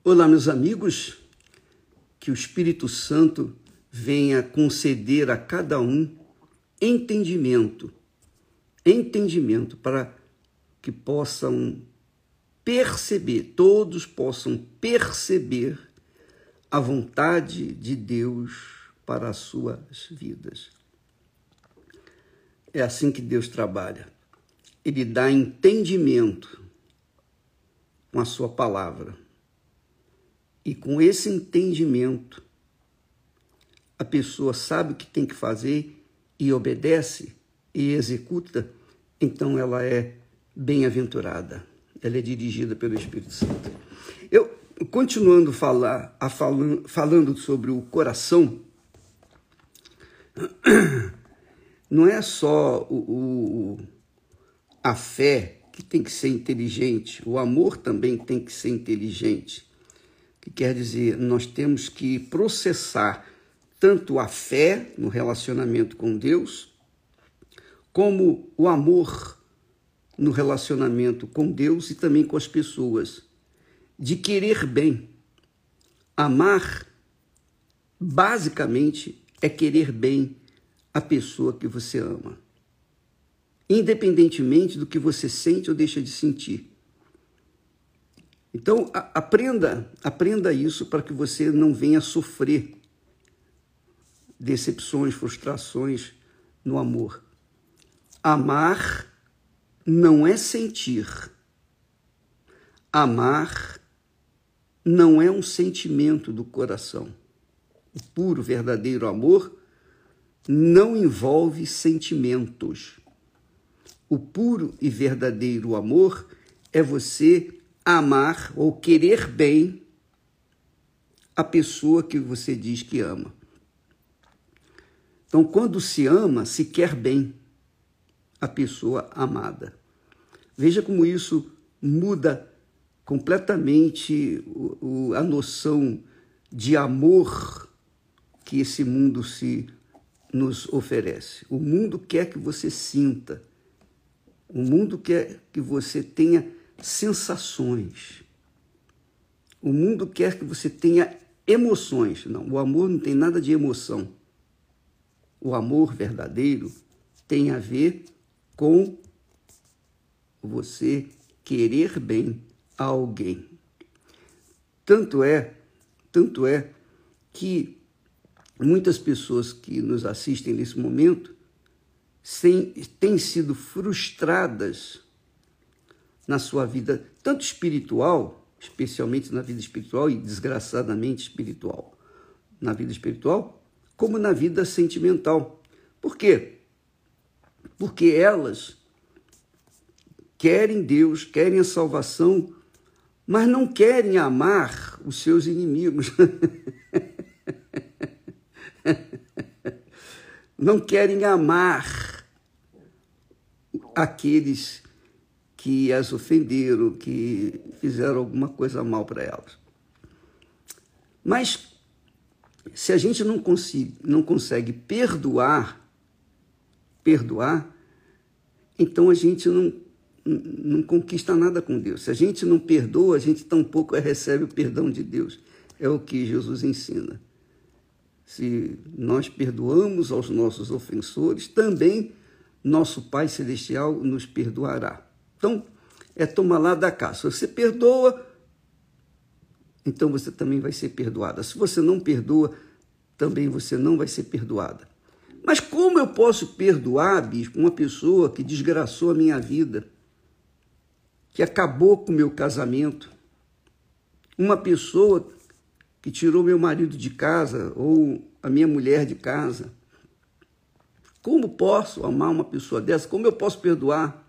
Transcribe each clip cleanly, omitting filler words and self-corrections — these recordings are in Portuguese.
Olá, meus amigos, que o Espírito Santo venha conceder a cada um entendimento para que possam perceber, todos possam perceber a vontade de Deus para as suas vidas. É assim que Deus trabalha. Ele dá entendimento com a sua palavra. E com esse entendimento, a pessoa sabe o que tem que fazer e obedece e executa, então ela é bem-aventurada. Ela é dirigida pelo Espírito Santo. Eu, continuando falando sobre o coração, não é só a fé que tem que ser inteligente, o amor também tem que ser inteligente. Que quer dizer, nós temos que processar tanto a fé no relacionamento com Deus, como o amor no relacionamento com Deus e também com as pessoas. De querer bem. Amar, basicamente, é querer bem a pessoa que você ama. Independentemente do que você sente ou deixa de sentir. Então, aprenda isso para que você não venha sofrer decepções, frustrações no amor. Amar não é sentir. Amar não é um sentimento do coração. O puro, verdadeiro amor não envolve sentimentos. O puro e verdadeiro amor é você amar ou querer bem a pessoa que você diz que ama. Então, quando se ama, se quer bem a pessoa amada. Veja como isso muda completamente a noção de amor que esse mundo nos oferece. O mundo quer que você sinta. O mundo quer que você tenha sensações. O mundo quer que você tenha emoções. Não, o amor não tem nada de emoção. O amor verdadeiro tem a ver com você querer bem a alguém. Tanto é que muitas pessoas que nos assistem nesse momento têm sido frustradas na sua vida, tanto espiritual, especialmente na vida espiritual e desgraçadamente espiritual, na vida espiritual, como na vida sentimental. Por quê? Porque elas querem Deus, querem a salvação, mas não querem amar os seus inimigos. Não querem amar aqueles que as ofenderam, que fizeram alguma coisa mal para elas. Mas se a gente não consegue perdoar, então a gente não conquista nada com Deus. Se a gente não perdoa, a gente tampouco recebe o perdão de Deus. É o que Jesus ensina. Se nós perdoamos aos nossos ofensores, também nosso Pai Celestial nos perdoará. Então, é tomar lá da cá. Se você perdoa, então você também vai ser perdoada. Se você não perdoa, também você não vai ser perdoada. Mas como eu posso perdoar, bispo, uma pessoa que desgraçou a minha vida, que acabou com o meu casamento, uma pessoa que tirou meu marido de casa ou a minha mulher de casa? Como posso amar uma pessoa dessa? Como eu posso perdoar?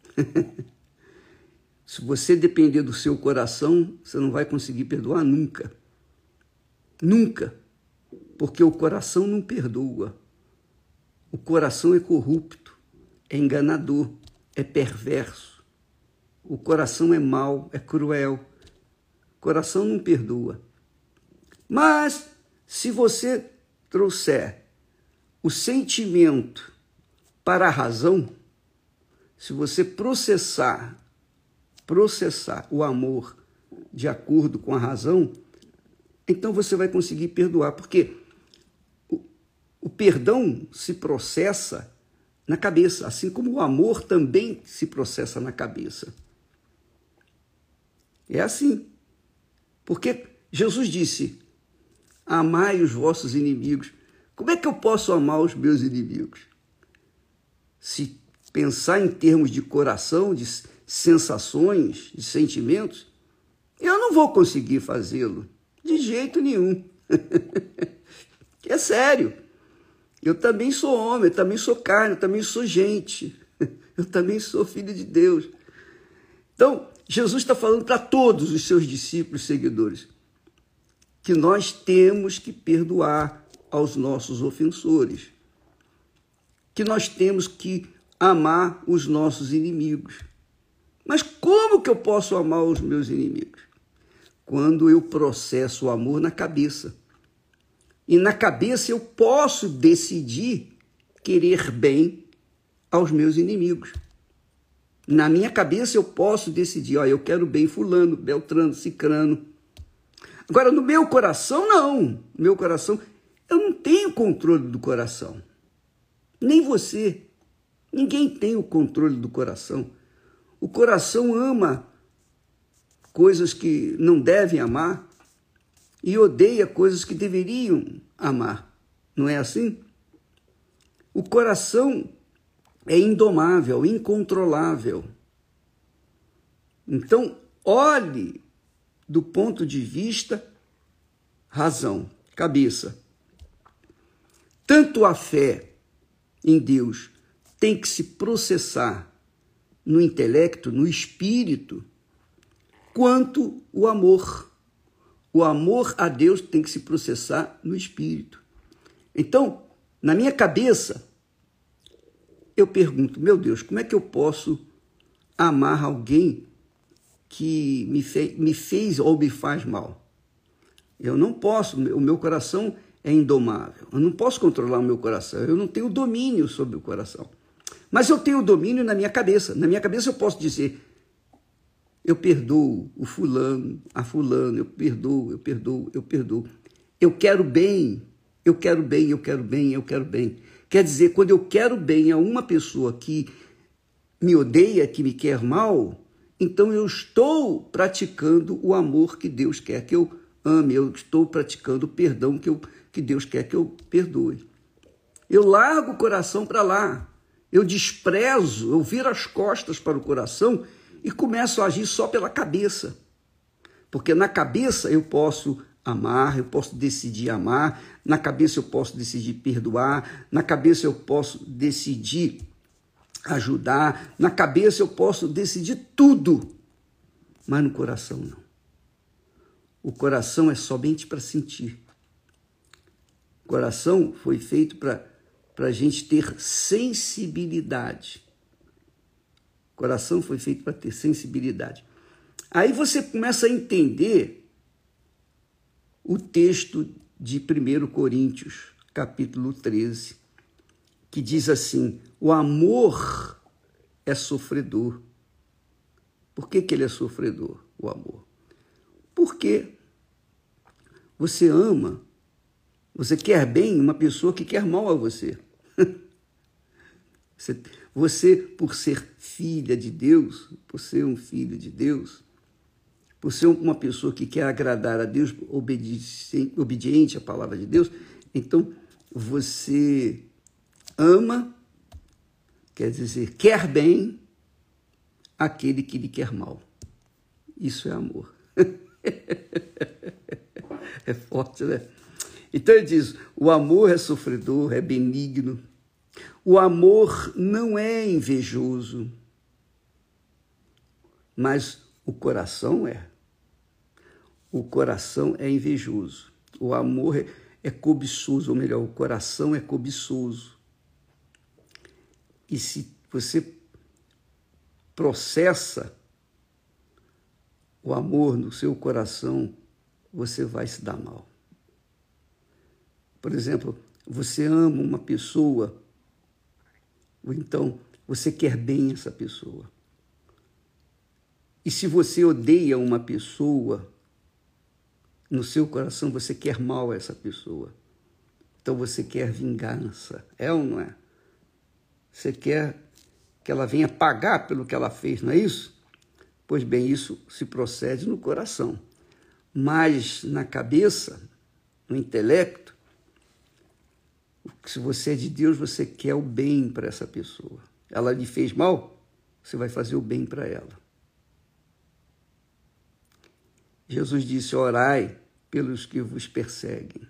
Se você depender do seu coração, você não vai conseguir perdoar nunca. Nunca. Porque o coração não perdoa. O coração é corrupto, é enganador, é perverso. O coração é mau, é cruel. O coração não perdoa. Mas, se você trouxer o sentimento para a razão, se você processar o amor de acordo com a razão, então você vai conseguir perdoar, porque o perdão se processa na cabeça, assim como o amor também se processa na cabeça. É assim. Porque Jesus disse, amai os vossos inimigos. Como é que eu posso amar os meus inimigos? Se pensar em termos de coração, de sensações, de sentimentos, eu não vou conseguir fazê-lo, de jeito nenhum. É sério. Eu também sou homem, eu também sou carne, eu também sou gente. Eu também sou filho de Deus. Então, Jesus está falando para todos os seus discípulos, seguidores, que nós temos que perdoar aos nossos ofensores, que nós temos que amar os nossos inimigos. Mas como que eu posso amar os meus inimigos? Quando eu processo o amor na cabeça. E na cabeça eu posso decidir querer bem aos meus inimigos. Na minha cabeça eu posso decidir, eu quero bem fulano, beltrano, cicrano. Agora, no meu coração, não. No meu coração, eu não tenho controle do coração. Nem você. Ninguém tem o controle do coração. O coração ama coisas que não devem amar e odeia coisas que deveriam amar. Não é assim? O coração é indomável, incontrolável. Então, olhe do ponto de vista razão, cabeça. Tanto a fé em Deus tem que se processar no intelecto, no espírito, quanto o amor. O amor a Deus tem que se processar no espírito. Então, na minha cabeça, eu pergunto, meu Deus, como é que eu posso amar alguém que me fez ou me faz mal? Eu não posso, o meu coração é indomável. Eu não posso controlar o meu coração, eu não tenho domínio sobre o coração. Mas eu tenho domínio na minha cabeça. Na minha cabeça eu posso dizer, eu perdoo o fulano, a fulano, eu perdoo, eu perdoo, eu perdoo. Eu quero bem, eu quero bem, eu quero bem, eu quero bem. Quer dizer, quando eu quero bem a uma pessoa que me odeia, que me quer mal, então eu estou praticando o amor que Deus quer que eu ame, eu estou praticando o perdão que Deus quer que eu perdoe. Eu largo o coração para lá, eu desprezo, eu viro as costas para o coração e começo a agir só pela cabeça. Porque na cabeça eu posso amar, eu posso decidir amar, na cabeça eu posso decidir perdoar, na cabeça eu posso decidir ajudar, na cabeça eu posso decidir tudo, mas no coração não. O coração é somente para sentir. O coração foi feito para a gente ter sensibilidade. O coração foi feito para ter sensibilidade. Aí você começa a entender o texto de 1 Coríntios, capítulo 13, que diz assim, o amor é sofredor. Por que ele é sofredor, o amor? Porque você ama, você quer bem uma pessoa que quer mal a você. Você, por ser filha de Deus, por ser um filho de Deus, por ser uma pessoa que quer agradar a Deus, obediente à palavra de Deus, então você ama, quer dizer, quer bem aquele que lhe quer mal. Isso é amor. É forte, né? Então ele diz, o amor é sofredor, é benigno. O amor não é invejoso, mas o coração é. O coração é invejoso. O amor é cobiçoso, ou melhor, o coração é cobiçoso. E se você processa o amor no seu coração, você vai se dar mal. Por exemplo, você ama uma pessoa, ou então você quer bem essa pessoa. E se você odeia uma pessoa, No seu coração você quer mal a essa pessoa. Então você quer vingança. É ou não é? Você quer que ela venha pagar pelo que ela fez, não é isso? Pois bem, isso se procede no coração. Mas na cabeça, no intelecto, se você é de Deus, você quer o bem para essa pessoa. Ela lhe fez mal, você vai fazer o bem para ela. Jesus disse: orai pelos que vos perseguem.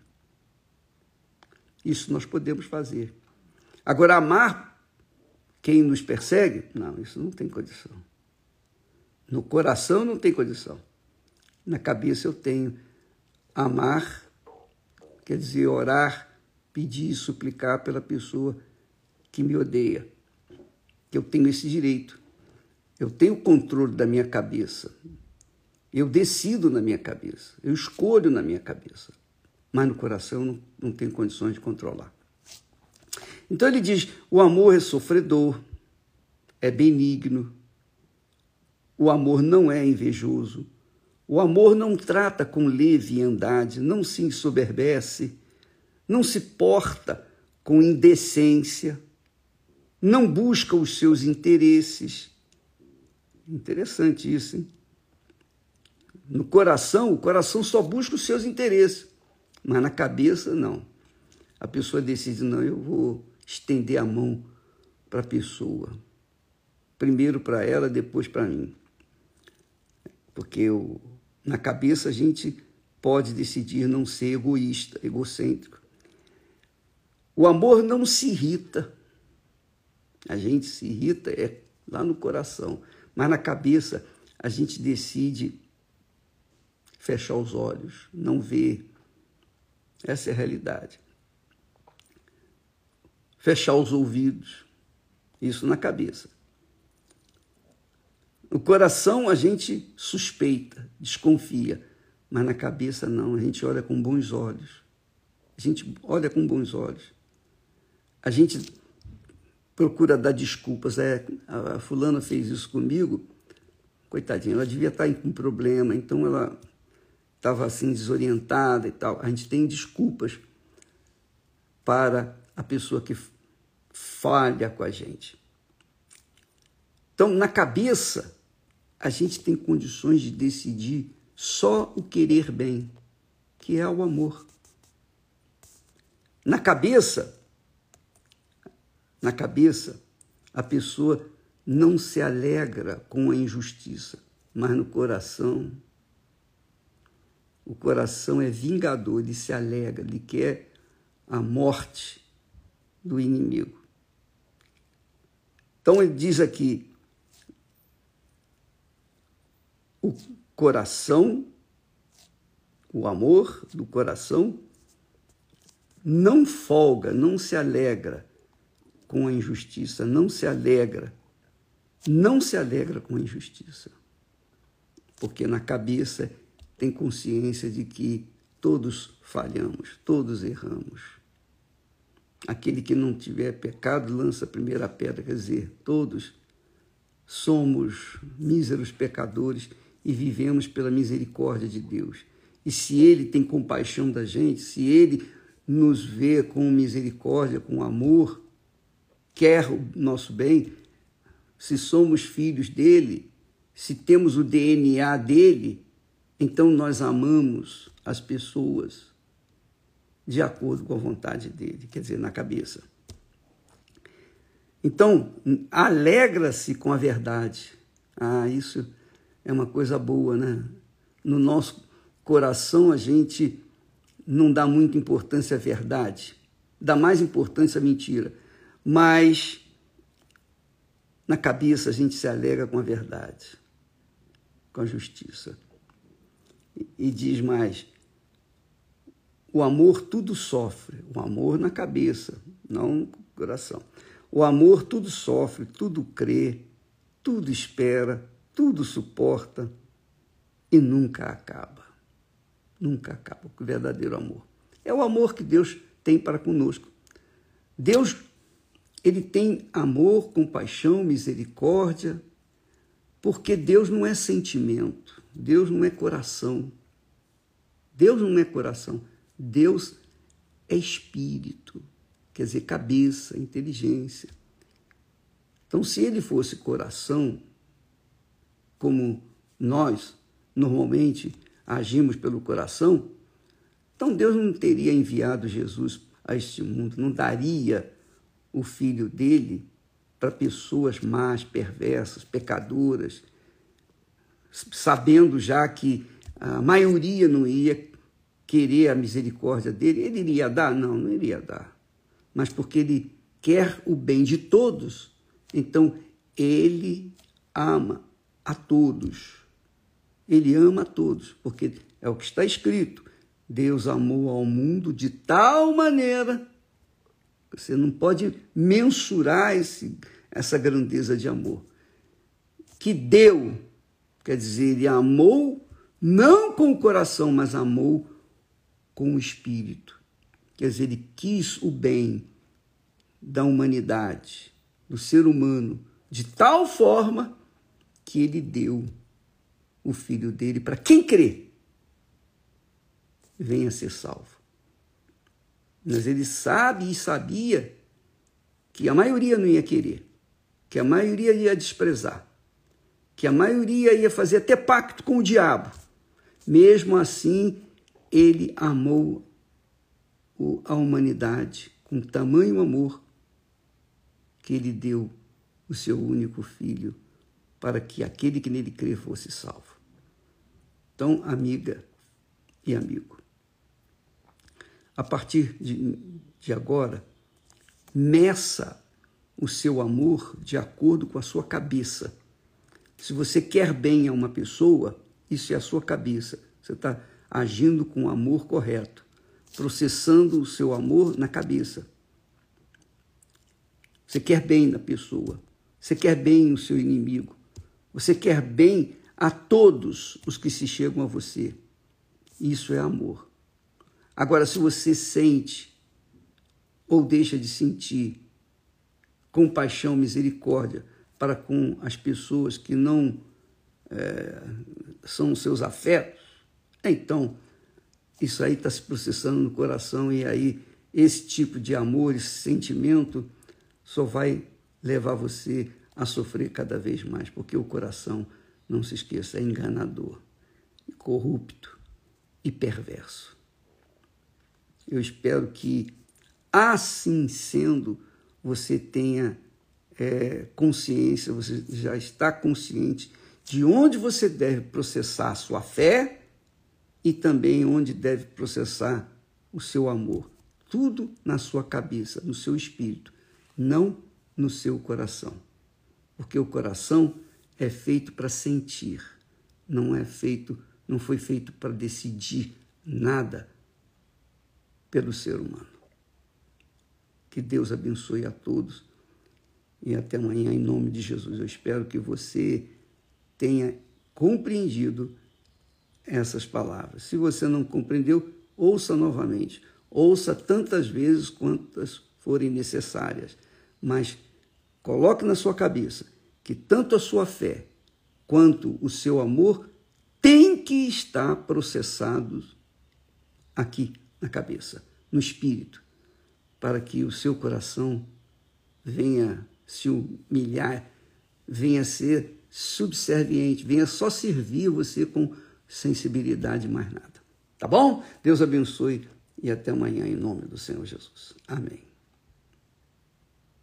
Isso nós podemos fazer. Agora, amar quem nos persegue, não, isso não tem condição. No coração não tem condição. Na cabeça eu tenho. Amar quer dizer orar, pedir e suplicar pela pessoa que me odeia. Eu tenho esse direito. Eu tenho o controle da minha cabeça. Eu decido na minha cabeça. Eu escolho na minha cabeça. Mas no coração não tenho condições de controlar. Então ele diz: o amor é sofredor, é benigno. O amor não é invejoso. O amor não trata com leviandade, não se ensoberbece, não se porta com indecência, não busca os seus interesses. Interessante isso, hein? No coração, o coração só busca os seus interesses, mas na cabeça, não. A pessoa decide: não, eu vou estender a mão para a pessoa. Primeiro para ela, depois para mim. Porque na cabeça a gente pode decidir não ser egoísta, egocêntrico. O amor não se irrita. A gente se irrita lá no coração, mas na cabeça a gente decide fechar os olhos, não ver. Essa é a realidade. Fechar os ouvidos, isso na cabeça. No coração a gente suspeita, desconfia, mas na cabeça não, a gente olha com bons olhos. A gente olha com bons olhos. A gente procura dar desculpas. A fulana fez isso comigo, coitadinha, ela devia estar com problema, então ela estava assim desorientada e tal. A gente tem desculpas para a pessoa que falha com a gente. Então, na cabeça, a gente tem condições de decidir só o querer bem, que é o amor. Na cabeça, a pessoa não se alegra com a injustiça, mas no coração, o coração é vingador, ele se alegra, ele quer a morte do inimigo. Então ele diz aqui: o coração, o amor do coração, não folga, não se alegra com a injustiça, não se alegra com a injustiça. Porque na cabeça tem consciência de que todos falhamos, todos erramos. Aquele que não tiver pecado, lança a primeira pedra, quer dizer, todos somos míseros pecadores e vivemos pela misericórdia de Deus. E se Ele tem compaixão da gente, se Ele nos vê com misericórdia, com amor, quer o nosso bem, se somos filhos dEle, se temos o DNA dEle, então nós amamos as pessoas de acordo com a vontade dEle, quer dizer, na cabeça. Então, alegra-se com a verdade. Isso é uma coisa boa, né? No nosso coração, a gente não dá muita importância à verdade, dá mais importância à mentira. Mas, na cabeça, a gente se alegra com a verdade, com a justiça. E diz mais: o amor tudo sofre. O amor na cabeça, não no coração. O amor tudo sofre, tudo crê, tudo espera, tudo suporta e nunca acaba. Nunca acaba o verdadeiro amor. É o amor que Deus tem para conosco. Deus, Ele tem amor, compaixão, misericórdia, porque Deus não é sentimento, Deus não é coração. Deus não é coração. Deus é espírito, quer dizer, cabeça, inteligência. Então, se ele fosse coração, como nós normalmente agimos pelo coração, então Deus não teria enviado Jesus a este mundo, não daria o filho dele para pessoas más, perversas, pecadoras, sabendo já que a maioria não ia querer a misericórdia dele. Ele iria dar? Não, não iria dar. Mas porque ele quer o bem de todos, então ele ama a todos. Ele ama a todos, porque é o que está escrito. Deus amou ao mundo de tal maneira, você não pode mensurar essa grandeza de amor, que deu, quer dizer, ele amou não com o coração, mas amou com o espírito. Quer dizer, ele quis o bem da humanidade, do ser humano, de tal forma que ele deu o filho dele para quem crê venha ser salvo. Mas ele sabe e sabia que a maioria não ia querer, que a maioria ia desprezar, que a maioria ia fazer até pacto com o diabo. Mesmo assim, ele amou a humanidade com tamanho amor que ele deu o seu único filho para que aquele que nele crê fosse salvo. Então, amiga e amigo, a partir de agora, meça o seu amor de acordo com a sua cabeça. Se você quer bem a uma pessoa, isso é a sua cabeça. Você está agindo com o amor correto, processando o seu amor na cabeça. Você quer bem na pessoa, você quer bem o seu inimigo, você quer bem a todos os que se chegam a você. Isso é amor. Agora, se você sente ou deixa de sentir compaixão, misericórdia para com as pessoas que não são os seus afetos, então isso aí está se processando no coração, e aí esse tipo de amor, esse sentimento só vai levar você a sofrer cada vez mais, porque o coração, não se esqueça, é enganador, corrupto e perverso. Eu espero que, assim sendo, você tenha consciência, você já está consciente de onde você deve processar a sua fé e também onde deve processar o seu amor. Tudo na sua cabeça, no seu espírito, não no seu coração. Porque o coração é feito para sentir, não foi feito para decidir nada pelo ser humano. Que Deus abençoe a todos e até amanhã, em nome de Jesus. Eu espero que você tenha compreendido essas palavras. Se você não compreendeu, ouça novamente. Ouça tantas vezes quantas forem necessárias, mas coloque na sua cabeça que tanto a sua fé quanto o seu amor tem que estar processados aqui na cabeça, no espírito, para que o seu coração venha se humilhar, venha ser subserviente, venha só servir você com sensibilidade, mais nada. Tá bom? Deus abençoe e até amanhã, em nome do Senhor Jesus. Amém.